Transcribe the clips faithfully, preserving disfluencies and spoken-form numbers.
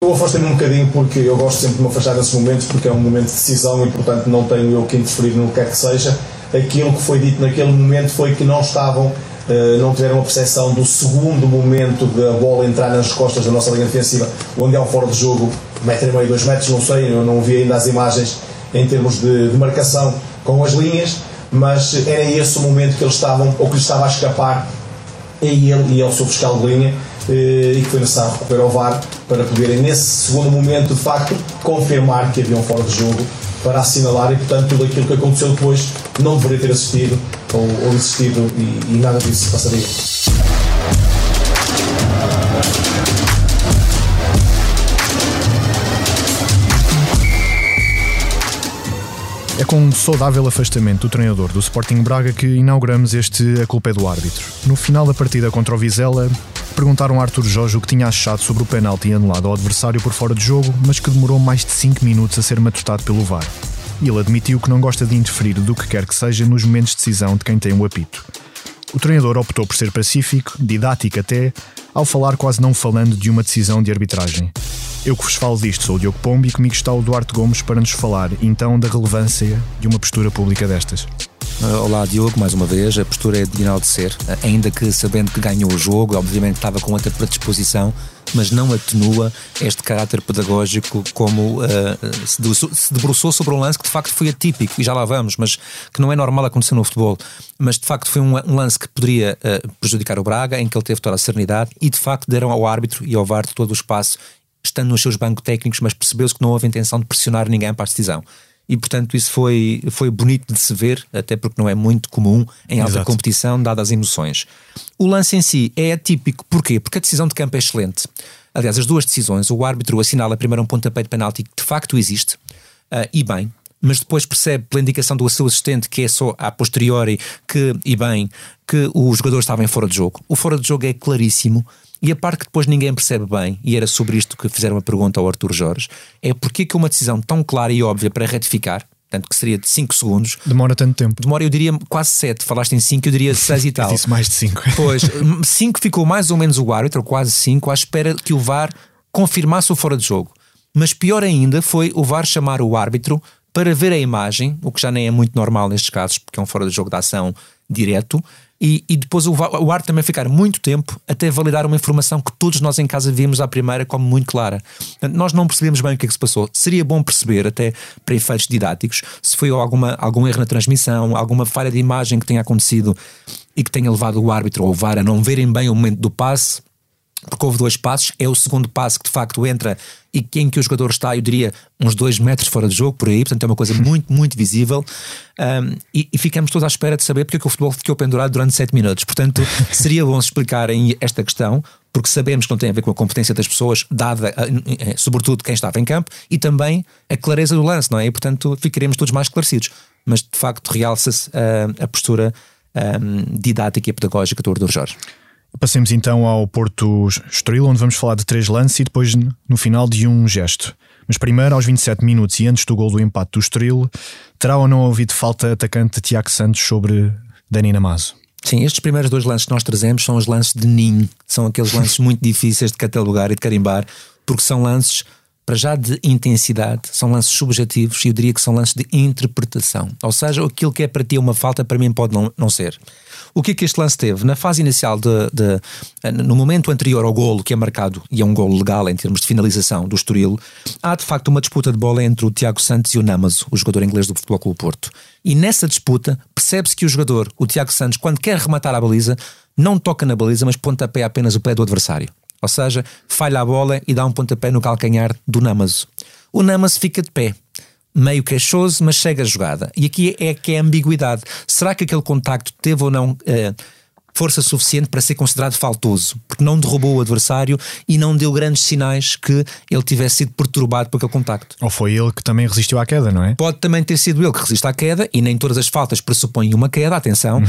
Eu afastei-me um bocadinho porque eu gosto sempre de me afastar desses momentos, porque é um momento de decisão e, portanto, não tenho eu que interferir no que quer que seja. Aquilo que foi dito naquele momento foi que não estavam, não tiveram a percepção do segundo momento da bola entrar nas costas da nossa linha defensiva, onde há um fora de jogo, um metro e meio, dois metros, não sei, eu não vi ainda as imagens em termos de, de marcação com as linhas, mas era esse o momento que eles estavam, ou que lhes estava a escapar a ele e ao seu fiscal de linha, e que foi necessário recuperar o V A R para poderem, nesse segundo momento, de facto, confirmar que havia um fora de jogo, para assinalar, e portanto tudo aquilo que aconteceu depois não deveria ter assistido ou, ou existido, e, e nada disso passaria. É com um saudável afastamento do treinador do Sporting Braga que inauguramos este A Culpa é do Árbitro. No final da partida contra o Vizela, perguntaram a Artur Jorge o que tinha achado sobre o penalti anulado ao adversário por fora de jogo, mas que demorou mais de cinco minutos a ser matutado pelo V A R. E ele admitiu que não gosta de interferir do que quer que seja nos momentos de decisão de quem tem o apito. O treinador optou por ser pacífico, didático até, ao falar quase não falando de uma decisão de arbitragem. Eu que vos falo disto sou o Diogo Pombo e comigo está o Duarte Gomes para nos falar então da relevância de uma postura pública destas. Olá Diogo, mais uma vez, a postura é de enaltecer, ainda que sabendo que ganhou o jogo, obviamente estava com outra predisposição, mas não atenua este caráter pedagógico como uh, se debruçou sobre um lance que de facto foi atípico, e já lá vamos, mas que não é normal acontecer no futebol, mas de facto foi um, um lance que poderia uh, prejudicar o Braga, em que ele teve toda a serenidade, e de facto deram ao árbitro e ao V A R todo o espaço, estando nos seus bancos técnicos, mas percebeu-se que não houve intenção de pressionar ninguém para a decisão. E portanto isso foi, foi bonito de se ver, até porque não é muito comum em alta Exato. competição, dadas as emoções. O lance em si é atípico, porquê? Porque a decisão de campo é excelente. Aliás, as duas decisões, o árbitro assinala primeiro um pontapé de penalti que de facto existe, uh, e bem, mas depois percebe pela indicação do seu assistente, que é só a posteriori, que, e bem, que o jogador estava em fora de jogo. O fora de jogo é claríssimo. E a parte que depois ninguém percebe bem, e era sobre isto que fizeram a pergunta ao Artur Jorge, é porque que uma decisão tão clara e óbvia para retificar, tanto que seria de cinco segundos... Demora tanto tempo. Demora, eu diria, quase sete. Falaste em cinco, eu diria seis e tal. Eu disse mais de cinco. Pois, cinco ficou mais ou menos o árbitro, quase cinco, à espera que o V A R confirmasse o fora de jogo. Mas pior ainda foi o V A R chamar o árbitro para ver a imagem, o que já nem é muito normal nestes casos, porque é um fora de jogo de ação direto, e, e depois o, o árbitro também ficar muito tempo até validar uma informação que todos nós em casa vimos à primeira como muito clara. Portanto, nós não percebemos bem o que é que se passou. Seria bom perceber, até para efeitos didáticos, se foi alguma, algum erro na transmissão, alguma falha de imagem que tenha acontecido e que tenha levado o árbitro ou o V A R a não verem bem o momento do passe, porque houve dois passos. É o segundo passo que de facto entra e que em que o jogador está, eu diria, uns dois metros fora de jogo, por aí, portanto é uma coisa muito, muito visível, um, e, e ficamos todos à espera de saber porque é que o futebol ficou pendurado durante sete minutos. Portanto, seria bom explicarem esta questão, porque sabemos que não tem a ver com a competência das pessoas, dada, sobretudo, quem estava em campo, e também a clareza do lance, não é? E, portanto, ficaremos todos mais esclarecidos. Mas, de facto, realça-se a, a postura um, didática e pedagógica do Artur Jorge. Passemos então ao Porto Estoril, onde vamos falar de três lances e depois no final de um gesto. Mas primeiro, aos vinte e sete minutos e antes do gol do empate do Estoril, terá ou não havido falta atacante de Tiago Santos sobre Dani Namazo? Sim, estes primeiros dois lances que nós trazemos são os lances de ninho, são aqueles lances muito difíceis de catalogar e de carimbar, porque são lances, para já, de intensidade, são lances subjetivos e eu diria que são lances de interpretação. Ou seja, aquilo que é para ti uma falta, para mim pode não, não ser. O que é que este lance teve? Na fase inicial, de, de, no momento anterior ao golo, que é marcado, e é um golo legal em termos de finalização do Estoril, há de facto uma disputa de bola entre o Tiago Santos e o Namazo, o jogador inglês do Futebol Clube Porto. E nessa disputa percebe-se que o jogador, o Tiago Santos, quando quer rematar a baliza, não toca na baliza, mas pontapé apenas o pé do adversário. Ou seja, falha a bola e dá um pontapé no calcanhar do Namazo. O Namazo fica de pé, meio queixoso, mas chega a jogada. E aqui é que é a ambiguidade. Será que aquele contacto teve ou não eh, força suficiente para ser considerado faltoso? Porque não derrubou o adversário e não deu grandes sinais que ele tivesse sido perturbado por aquele contacto. Ou foi ele que também resistiu à queda, não é? Pode também ter sido ele que resiste à queda, e nem todas as faltas pressupõem uma queda, atenção. Uhum.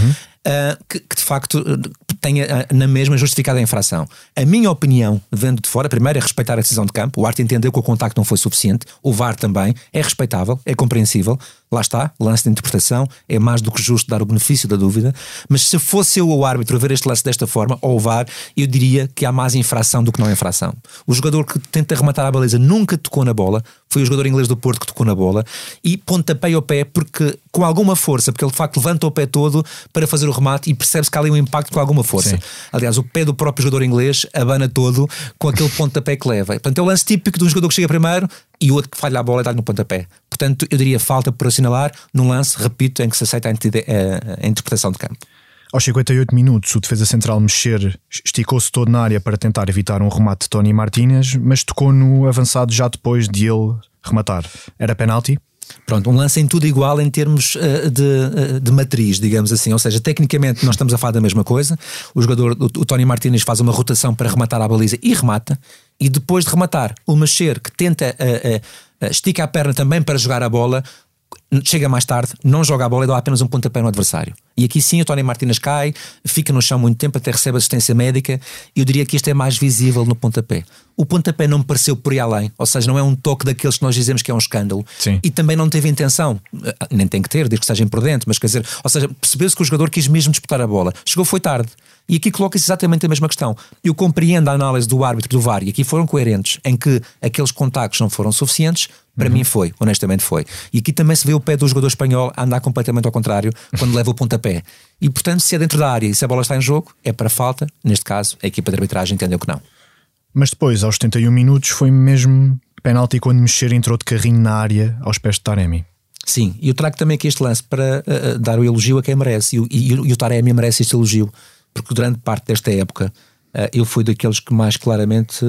uh, que, que de facto tenha na mesma justificada a infração. A minha opinião, vendo de fora, primeiro é respeitar a decisão de campo. O árbitro entendeu que o contacto não foi suficiente, o V A R também, é respeitável, é compreensível. Lá está, lance de interpretação, é mais do que justo dar o benefício da dúvida, mas se fosse eu o árbitro a ver este lance desta forma, ou o V A R, eu diria que há mais infração do que não infração. O jogador que tenta rematar a baliza nunca tocou na bola, foi o jogador inglês do Porto que tocou na bola, e pontapé ao pé, porque com alguma força, porque ele de facto levanta o pé todo para fazer o remate e percebe-se que há ali um impacto com alguma força. Sim. Aliás, o pé do próprio jogador inglês abana todo com aquele pontapé que leva. Portanto, é o lance típico de um jogador que chega primeiro e o outro que falha a bola e dá-lhe no pontapé. Portanto, eu diria falta por assinalar num lance, repito, em que se aceita a, a, a interpretação de campo. Aos cinquenta e oito minutos, o defesa central Mexer esticou-se todo na área para tentar evitar um remate de Tony Martínez, mas tocou no avançado já depois de ele rematar. Era penalti? Pronto, um lance em tudo igual em termos uh, de, uh, de matriz, digamos assim. Ou seja, tecnicamente nós estamos a falar da mesma coisa. O jogador, o, o Tony Martínez, faz uma rotação para rematar a baliza e remata. E depois de rematar, o Mexer, que tenta uh, uh, uh, estica a perna também para jogar a bola, chega mais tarde, não joga a bola e dá apenas um pontapé no adversário. E aqui sim o Tony Martínez cai, fica no chão muito tempo, até recebe assistência médica. Eu diria que isto é mais visível no pontapé. O pontapé não me pareceu por aí além, ou seja, não é um toque daqueles que nós dizemos que é um escândalo. Sim. E também não teve intenção, nem tem que ter, desde que esteja imprudente, mas quer dizer, ou seja, percebeu-se que o jogador quis mesmo disputar a bola, chegou foi tarde. E aqui coloca-se exatamente a mesma questão. Eu compreendo a análise do árbitro do V A R, e aqui foram coerentes, em que aqueles contactos não foram suficientes. Para uhum. mim foi, honestamente foi. E aqui também se vê o pé do jogador espanhol a andar completamente ao contrário quando leva o pontapé. E portanto, se é dentro da área e se a bola está em jogo, é para falta. Neste caso, a equipa de arbitragem entendeu que não. Mas depois, aos setenta e um minutos, foi mesmo penalti quando Mexer entrou de carrinho na área aos pés de Taremi. Sim, e eu trago também aqui este lance para uh, dar o elogio a quem merece. E, e, e o Taremi merece este elogio, porque durante parte desta época uh, eu fui daqueles que mais claramente... Uh,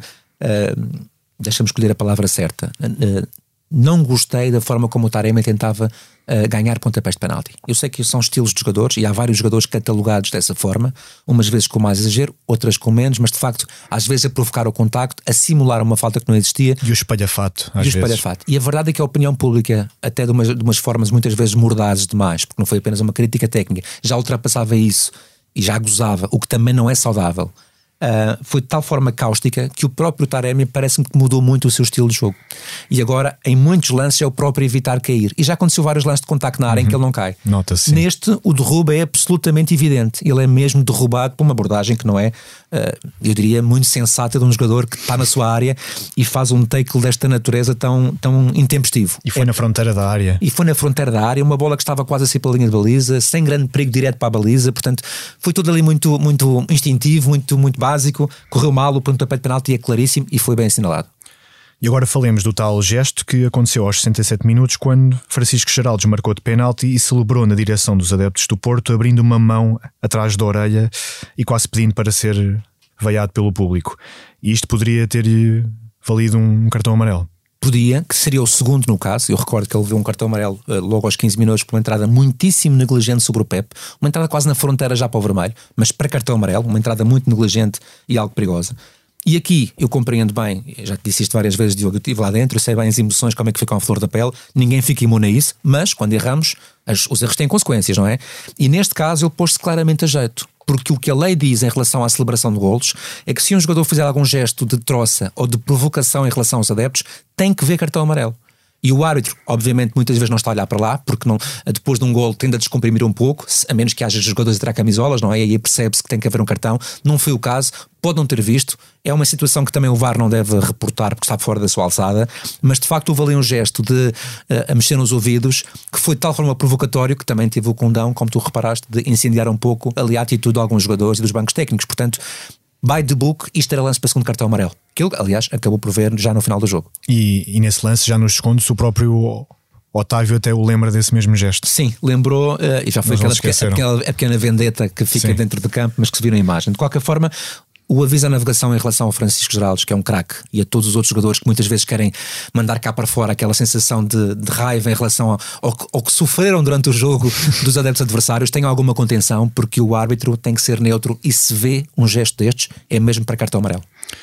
uh, deixa-me escolher a palavra certa. Uh, não gostei da forma como o Taremi tentava uh, ganhar pontapés de penalti. Eu sei que são estilos de jogadores e há vários jogadores catalogados dessa forma, umas vezes com mais exagero, outras com menos, mas de facto, às vezes a provocar o contacto, a simular uma falta que não existia. E o espalhafato, às e o espalhafato. E a verdade é que a opinião pública, até de umas, de umas formas muitas vezes mordazes demais, porque não foi apenas uma crítica técnica, já ultrapassava isso e já gozava, o que também não é saudável. Uh, foi de tal forma cáustica que o próprio Taremi parece-me que mudou muito o seu estilo de jogo. E agora, em muitos lances, é o próprio evitar cair. E já aconteceu vários lances de contacto na área uhum. em que ele não cai. Nota-se. Neste, o derrubo é absolutamente evidente. Ele é mesmo derrubado por uma abordagem que não é, uh, eu diria, muito sensata de um jogador que está na sua área e faz um tackle desta natureza tão, tão intempestivo. E foi é, na fronteira da área. E foi na fronteira da área, uma bola que estava quase a sair pela linha de baliza, sem grande perigo direto para a baliza. Portanto, foi tudo ali muito, muito instintivo, muito, muito básico. Básico, correu mal, o pontapé de penalti é claríssimo e foi bem assinalado. E agora falemos do tal gesto que aconteceu aos sessenta e sete minutos, quando Francisco Geraldes marcou de penalti e celebrou na direção dos adeptos do Porto, abrindo uma mão atrás da orelha e quase pedindo para ser vaiado pelo público. E isto poderia ter valido um cartão amarelo. Podia, que seria o segundo no caso. Eu recordo que ele viu um cartão amarelo uh, logo aos quinze minutos por uma entrada muitíssimo negligente sobre o Pepe, uma entrada quase na fronteira já para o vermelho, mas para cartão amarelo, uma entrada muito negligente e algo perigosa. E aqui eu compreendo bem, já te disse isto várias vezes, Diogo, eu estive lá dentro, eu sei bem as emoções, como é que ficam à flor da pele, ninguém fica imune a isso, mas quando erramos, as, os erros têm consequências, não é? E neste caso ele pôs-se claramente a jeito. Porque o que a lei diz em relação à celebração de golos é que se um jogador fizer algum gesto de troça ou de provocação em relação aos adeptos, tem que ver cartão amarelo. E o árbitro, obviamente, muitas vezes não está a olhar para lá, porque não, depois de um golo tende a descomprimir um pouco, a menos que haja jogadores a tirar camisolas, não é? E aí percebe-se que tem que haver um cartão. Não foi o caso, pode não ter visto. É uma situação que também o V A R não deve reportar porque está fora da sua alçada, mas de facto houve ali um gesto de uh, a mexer nos ouvidos, que foi de tal forma provocatório que também teve o condão, como tu reparaste, de incendiar um pouco ali a atitude de alguns jogadores e dos bancos técnicos. Portanto, by the book, isto era lance para segundo cartão amarelo, que ele, aliás, acabou por ver já no final do jogo. E, e nesse lance, já nos segundos, o próprio Otávio até o lembra desse mesmo gesto. Sim, lembrou, uh, e já foi aquela pequena, aquela pequena vendetta que fica Sim. dentro do campo, mas que se viu na imagem. De qualquer forma, o aviso à navegação em relação ao Francisco Geraldes, que é um craque, e a todos os outros jogadores que muitas vezes querem mandar cá para fora aquela sensação de, de raiva em relação ao, ao, ao que sofreram durante o jogo dos adeptos adversários, tenham alguma contenção, porque o árbitro tem que ser neutro e se vê um gesto destes, é mesmo para cartão amarelo.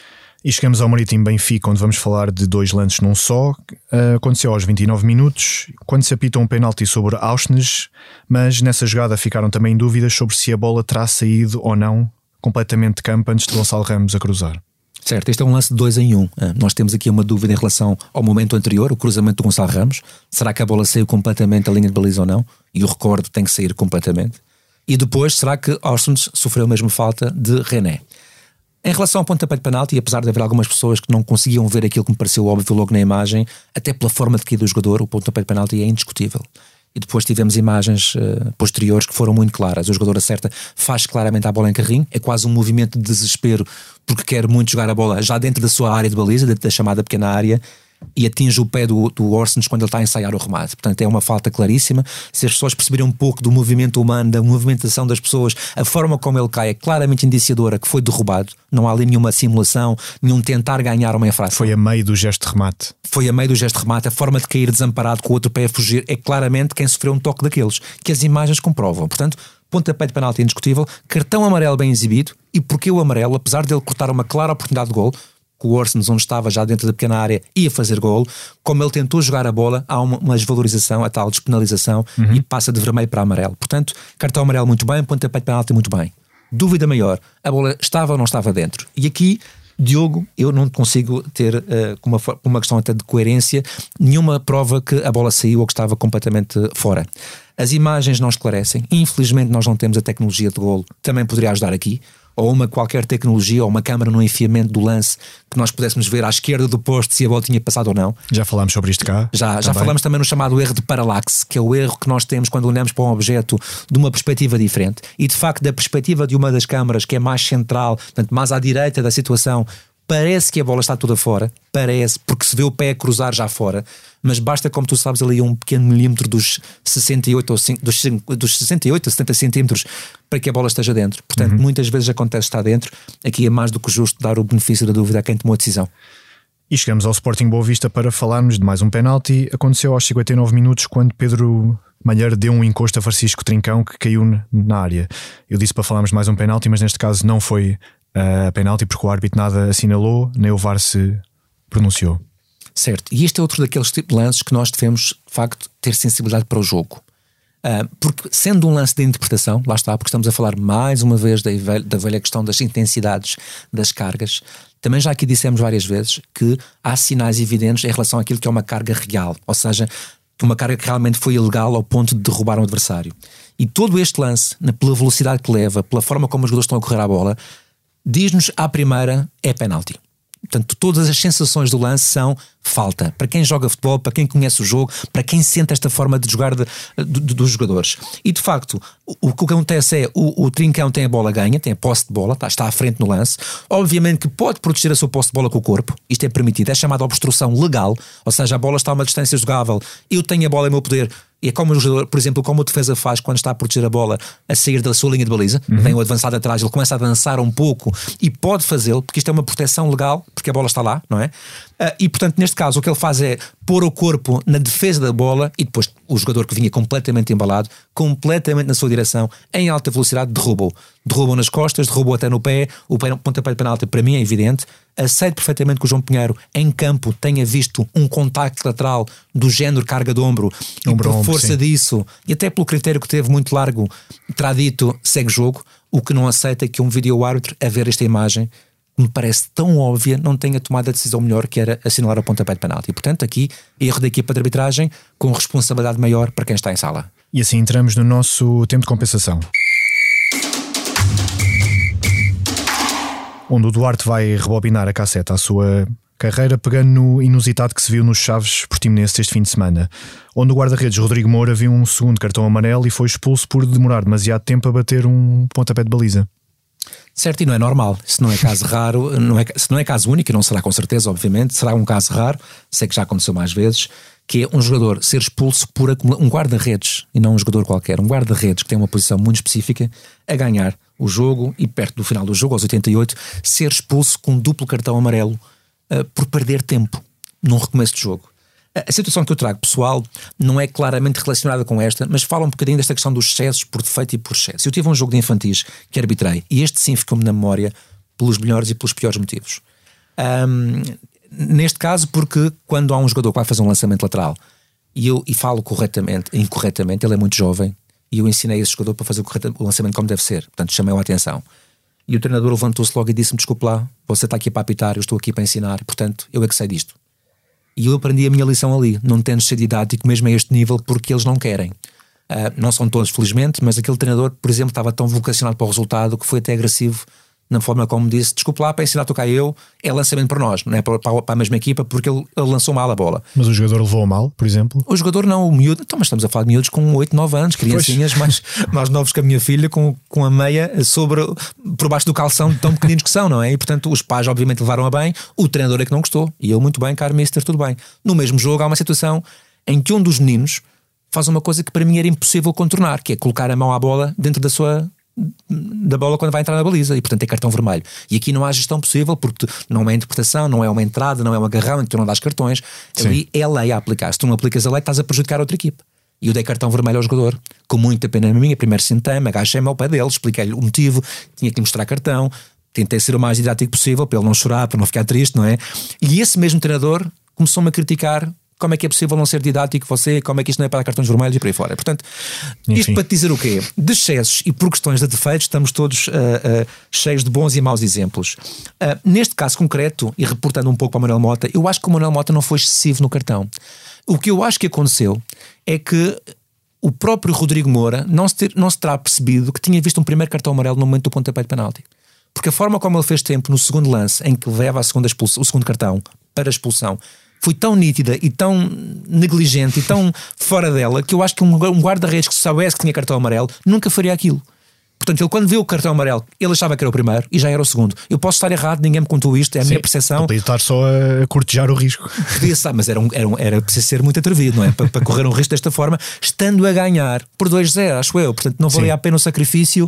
E chegamos ao Marítimo Benfica, onde vamos falar de dois lances num só. Uh, aconteceu aos vinte e nove minutos, quando se apitou um penalti sobre Auschwitz, mas nessa jogada ficaram também dúvidas sobre se a bola terá saído ou não completamente de campo antes de Gonçalo Ramos a cruzar. Certo, este é um lance de dois em um. Nós temos aqui uma dúvida em relação ao momento anterior, o cruzamento do Gonçalo Ramos. Será que a bola saiu completamente da linha de baliza ou não? E o recorde tem que sair completamente. E depois, será que Auschwitz sofreu mesmo falta de René? Em relação ao pontapé de penalti, apesar de haver algumas pessoas que não conseguiam ver aquilo que me pareceu óbvio logo na imagem, até pela forma de cair do jogador, o pontapé de penalti é indiscutível. E depois tivemos imagens uh, posteriores que foram muito claras. O jogador acerta, faz claramente a bola em carrinho, é quase um movimento de desespero, porque quer muito jogar a bola já dentro da sua área de baliza, dentro da chamada pequena área, e atinge o pé do, do Orsens quando ele está a ensaiar o remate. Portanto, é uma falta claríssima. Se as pessoas perceberem um pouco do movimento humano, da movimentação das pessoas, a forma como ele cai é claramente indiciadora que foi derrubado. Não há ali nenhuma simulação, nenhum tentar ganhar uma infração. Foi a meio do gesto de remate. Foi a meio do gesto de remate. A forma de cair desamparado com o outro pé a fugir é claramente quem sofreu um toque daqueles, que as imagens comprovam. Portanto, pontapé de penalti indiscutível, cartão amarelo bem exibido. E porque o amarelo, apesar dele cortar uma clara oportunidade de gol, que o Orsens, onde estava já dentro da pequena área, ia fazer golo, como ele tentou jogar a bola, há uma, uma desvalorização, a tal despenalização, uhum. e passa de vermelho para amarelo. Portanto, cartão amarelo muito bem, pontapé de penalti muito bem. Dúvida maior, a bola estava ou não estava dentro? E aqui, Diogo, eu não consigo ter, uh, com uma, uma questão até de coerência, nenhuma prova que a bola saiu ou que estava completamente fora. As imagens não esclarecem, infelizmente nós não temos a tecnologia de golo, também poderia ajudar aqui, ou uma qualquer tecnologia, ou uma câmara no enfiamento do lance que nós pudéssemos ver à esquerda do posto se a bola tinha passado ou não. Já falámos sobre isto cá. Já, já falamos também no chamado erro de paralaxe, que é o erro que nós temos quando olhamos para um objeto de uma perspectiva diferente. E de facto, da perspectiva de uma das câmaras, que é mais central, portanto, mais à direita da situação, parece que a bola está toda fora, parece, porque se vê o pé a cruzar já fora, mas basta, como tu sabes, ali um pequeno milímetro dos sessenta e oito ou cinco, dos, dos sessenta e oito a setenta centímetros para que a bola esteja dentro. Portanto, uhum. muitas vezes acontece estar dentro. Aqui é mais do que justo dar o benefício da dúvida a quem tomou a decisão. E chegamos ao Sporting Boa Vista para falarmos de mais um penalti. Aconteceu aos cinquenta e nove minutos, quando Pedro Malheiro deu um encosto a Francisco Trincão, que caiu na área. Eu disse para falarmos de mais um penalti, mas neste caso não foi a uh, penalti, porque o árbitro nada assinalou, nem o V A R se pronunciou. Certo, e este é outro daqueles tipos de lances que nós devemos, de facto, ter sensibilidade para o jogo. Uh, porque sendo um lance de interpretação, lá está, porque estamos a falar mais uma vez da velha, da velha questão das intensidades das cargas, também já aqui dissemos várias vezes que há sinais evidentes em relação àquilo que é uma carga real, ou seja, uma carga que realmente foi ilegal ao ponto de derrubar um adversário. E todo este lance, pela velocidade que leva, pela forma como os jogadores estão a correr à bola, diz-nos à primeira é penalti. Portanto, todas as sensações do lance são falta. Para quem joga futebol, para quem conhece o jogo, para quem sente esta forma de jogar de, de, de, dos jogadores. E de facto, o, o que acontece é o, o Trincão tem a bola ganha, tem a posse de bola, está, está à frente no lance. Obviamente que pode proteger a sua posse de bola com o corpo. Isto é permitido, é chamada obstrução legal. Ou seja, a bola está a uma distância jogável, eu tenho a bola em meu poder. E é como o jogador, por exemplo, como o defesa faz quando está a proteger a bola a sair da sua linha de baliza, uhum. vem o avançado atrás, ele começa a avançar um pouco e pode fazê-lo, porque isto é uma proteção legal, porque a bola está lá, não é? Uh, e portanto, neste caso, o que ele faz é pôr o corpo na defesa da bola e depois o jogador que vinha completamente embalado, completamente na sua direção, em alta velocidade, derrubou. Derrubou nas costas, derrubou até no pé. O pontapé de penalti para mim é evidente. Aceito perfeitamente que o João Pinheiro em campo tenha visto um contacto lateral do género carga de ombro, e por ombro, força sim. disso, e até pelo critério que teve muito largo, terá dito segue jogo. O que não aceita é que um vídeo-árbitro a ver esta imagem, que me parece tão óbvia, não tenha tomado a decisão melhor, que era assinalar o pontapé de penalti. E portanto aqui, erro da equipa de arbitragem com responsabilidade maior para quem está em sala. E assim entramos no nosso tempo de compensação, onde o Duarte vai rebobinar a cassete à sua carreira, pegando no inusitado que se viu nos Chaves Portimonense este fim de semana, onde o guarda-redes Rodrigo Moura viu um segundo cartão amarelo e foi expulso por demorar demasiado tempo a bater um pontapé de baliza. Certo, e não é normal, se não é caso raro, não é, se não é caso único, e não será com certeza, obviamente, será um caso raro, sei que já aconteceu mais vezes, que é um jogador ser expulso por um guarda-redes, e não um jogador qualquer, um guarda-redes que tem uma posição muito específica, a ganhar o jogo e perto do final do jogo, aos oitenta e oito, ser expulso com um duplo cartão amarelo uh, por perder tempo num recomeço de jogo. A situação que eu trago, pessoal, não é claramente relacionada com esta, mas fala um bocadinho desta questão dos excessos por defeito e por excesso. Eu tive um jogo de infantis que arbitrei, e este sim ficou-me na memória pelos melhores e pelos piores motivos. Um, neste caso, porque quando há um jogador que vai fazer um lançamento lateral e eu e falo corretamente, incorretamente, ele é muito jovem e eu ensinei esse jogador para fazer o, o lançamento como deve ser, portanto chamei-o a atenção. E o treinador levantou-se logo e disse-me: desculpe lá, você está aqui para apitar, eu estou aqui para ensinar, portanto eu é que sei disto. E eu aprendi a minha lição ali, não tendo de ser didático mesmo a este nível, porque eles não querem. Uh, não são todos, felizmente, mas aquele treinador, por exemplo, estava tão vocacionado para o resultado que foi até agressivo na forma como disse: desculpe lá, para ensinar a tocar eu, é lançamento para nós, não é para, para a mesma equipa, porque ele, ele lançou mal a bola. Mas o jogador levou mal, por exemplo? O jogador não, o miúdo, então, mas estamos a falar de miúdos com oito, nove anos, criancinhas mais, mais novos que a minha filha, com, com a meia sobre, por baixo do calção, de tão pequeninos que são, não é? E portanto os pais obviamente levaram a bem, o treinador é que não gostou, e eu: muito bem, caro mister, tudo bem. No mesmo jogo há uma situação em que um dos meninos faz uma coisa que para mim era impossível contornar, que é colocar a mão à bola dentro da sua da bola quando vai entrar na baliza, e portanto é cartão vermelho. E aqui não há gestão possível, porque não é interpretação, não é uma entrada, não é um agarrão em que tu não dás cartões. Sim. Ali é a lei a aplicar. Se tu não aplicas a lei, estás a prejudicar a outra equipe. E eu dei cartão vermelho ao jogador, com muita pena na minha. Primeiro sentei-me, agachei-me ao pé dele, expliquei-lhe o motivo, tinha que lhe mostrar cartão, tentei ser o mais didático possível para ele não chorar, para não ficar triste, não é? E esse mesmo treinador começou-me a criticar: como é que é possível não ser didático você, como é que isto não é para dar cartões vermelhos e por aí fora. Portanto, enfim, isto para te dizer o quê? De excessos e por questões de defeitos estamos todos uh, uh, cheios de bons e maus exemplos. Uh, neste caso concreto, e reportando um pouco para o Manuel Mota, eu acho que o Manuel Mota não foi excessivo no cartão. O que eu acho que aconteceu é que o próprio Rodrigo Moura não se, ter, não se terá percebido que tinha visto um primeiro cartão amarelo no momento do pontapé de penalti. Porque a forma como ele fez tempo no segundo lance, em que leva a segunda expulsão, o segundo cartão para a expulsão, foi tão nítida e tão negligente e tão fora dela, que eu acho que um guarda-redes que soubesse que tinha cartão amarelo nunca faria aquilo. Portanto, ele quando viu o cartão amarelo, ele achava que era o primeiro e já era o segundo. Eu posso estar errado, ninguém me contou isto, é a Sim, minha percepção. Podia estar só a cortejar o risco. Podia estar, mas era, um, era, um, era preciso ser muito atrevido, não é? Para, para correr um risco desta forma, estando a ganhar por dois a zero, acho eu. Portanto, não valia Sim. a pena o sacrifício.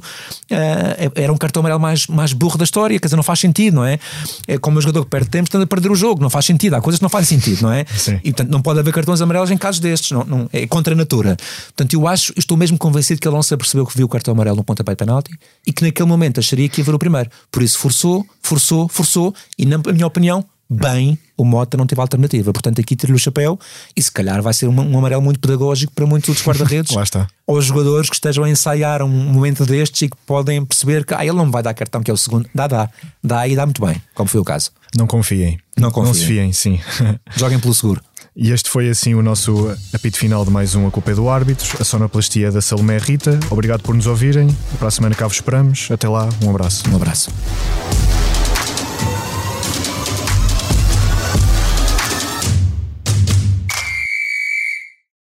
Uh, era um cartão amarelo mais, mais burro da história, quer dizer, não faz sentido, não é? É como o jogador que perde tempo estando a perder o jogo, não faz sentido. Há coisas que não fazem sentido, não é? Sim. E portanto, não pode haver cartões amarelos em casos destes, não, não, é contra a natura. Portanto, eu acho, estou mesmo convencido que ele não se apercebeu que viu o cartão amarelo no pontapé de penalti e que naquele momento acharia que ia ver o primeiro. Por isso forçou, forçou, forçou e, na minha opinião, bem, o Mota não teve alternativa. Portanto, aqui tira-lhe o chapéu e se calhar vai ser um, um amarelo muito pedagógico para muitos outros guarda-redes Lá está. ou jogadores que estejam a ensaiar um momento destes e que podem perceber que ah, ele não me vai dar cartão, que é o segundo. Dá, dá. Dá e dá muito bem, como foi o caso. Não confiem. Não confiem. Não se fiem, sim. Joguem pelo seguro. E este foi assim o nosso apito final de mais um A Culpa é do Árbitro, a sonoplastia da Salomé Rita. Obrigado por nos ouvirem. Para a semana cá vos esperamos. Até lá, um abraço. Um abraço.